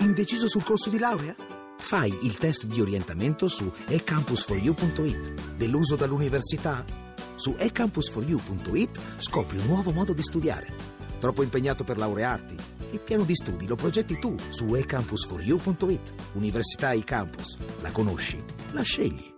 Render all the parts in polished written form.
Indeciso sul corso di laurea? Fai il test di orientamento su ecampus4u.it. Deluso dall'università? Su ecampus4u.it scopri un nuovo modo di studiare. Troppo impegnato per laurearti? Il piano di studi lo progetti tu su ecampus4u.it. Università eCampus. La conosci? La scegli.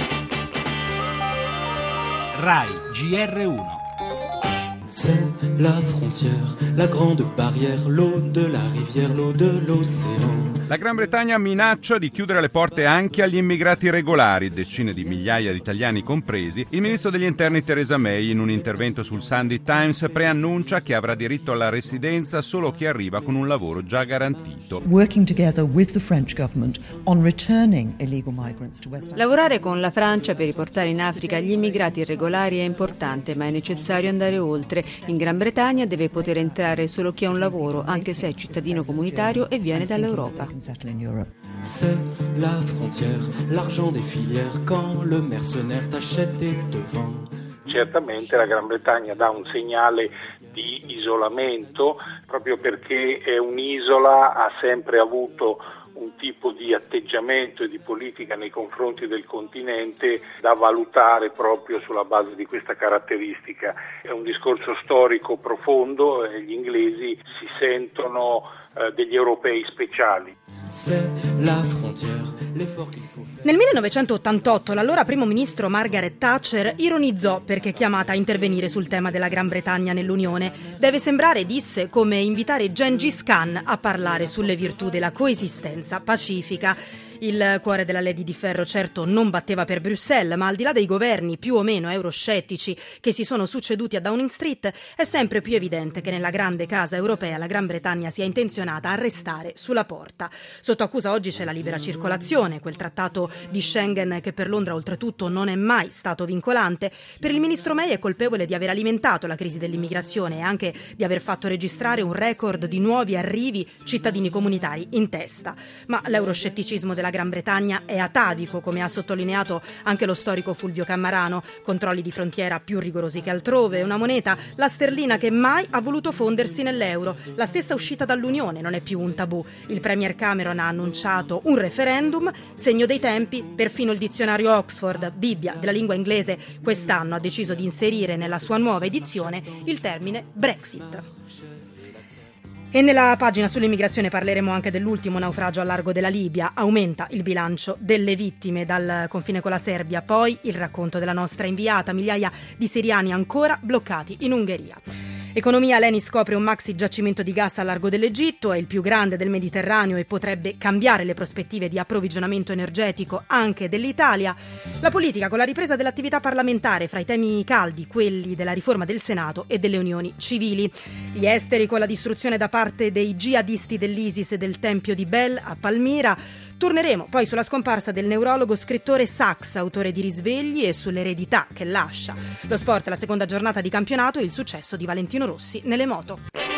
RAI GR1. C'est la frontière, la grande barrière, l'eau de la rivière, l'eau de l'océan. La Gran Bretagna minaccia di chiudere le porte anche agli immigrati regolari, decine di migliaia di italiani compresi. Il ministro degli interni Theresa May, in un intervento sul Sunday Times, preannuncia che avrà diritto alla residenza solo chi arriva con un lavoro già garantito. Working together with the French government on returning illegal migrants to West Africa. Lavorare con la Francia per riportare in Africa gli immigrati irregolari è importante, ma è necessario andare oltre. In Gran Bretagna deve poter entrare solo chi ha un lavoro, anche se è cittadino comunitario e viene dall'Europa. C'est la frontière, l'argent des filières, quand le mercenaire t'achète et te vend. Certamente la Gran Bretagna dà un segnale di isolamento, proprio perché è un'isola, ha sempre avuto un tipo di atteggiamento e di politica nei confronti del continente da valutare proprio sulla base di questa caratteristica. È un discorso storico profondo e gli inglesi si sentono degli europei speciali. Nel 1988 l'allora primo ministro Margaret Thatcher ironizzò perché chiamata a intervenire sul tema della Gran Bretagna nell'Unione. Deve sembrare, disse, come invitare Gengis Khan a parlare sulle virtù della coesistenza pacifica. Il cuore della Lady di Ferro certo non batteva per Bruxelles, ma al di là dei governi più o meno euroscettici che si sono succeduti a Downing Street, è sempre più evidente che nella grande casa europea la Gran Bretagna sia intenzionata a restare sulla porta. Sotto accusa oggi c'è la libera circolazione, quel trattato di Schengen che per Londra oltretutto non è mai stato vincolante. Per il ministro May è colpevole di aver alimentato la crisi dell'immigrazione e anche di aver fatto registrare un record di nuovi arrivi cittadini comunitari in testa. Ma l'euroscetticismo della Gran Bretagna è atavico, come ha sottolineato anche lo storico Fulvio Cammarano. Controlli di frontiera più rigorosi che altrove, una moneta, la sterlina, che mai ha voluto fondersi nell'euro. La stessa uscita dall'Unione non è più un tabù. Il premier Cameron ha annunciato un referendum, segno dei tempi. Perfino il dizionario Oxford, Bibbia della lingua inglese, quest'anno ha deciso di inserire nella sua nuova edizione il termine Brexit. E nella pagina sull'immigrazione parleremo anche dell'ultimo naufragio a largo della Libia. Aumenta il bilancio delle vittime dal confine con la Serbia. Poi il racconto della nostra inviata, migliaia di siriani ancora bloccati in Ungheria. Economia, l'ENI scopre un maxi giacimento di gas a largo dell'Egitto, è il più grande del Mediterraneo e potrebbe cambiare le prospettive di approvvigionamento energetico anche dell'Italia. La politica, con la ripresa dell'attività parlamentare, fra i temi caldi quelli della riforma del Senato e delle unioni civili. Gli esteri, con la distruzione da parte dei jihadisti dell'ISIS del Tempio di Bel a Palmira. Torneremo poi sulla scomparsa del neurologo scrittore Sachs, autore di Risvegli, e sull'eredità che lascia. Lo sport, la seconda giornata di campionato e il successo di Valentino Rossi nelle moto.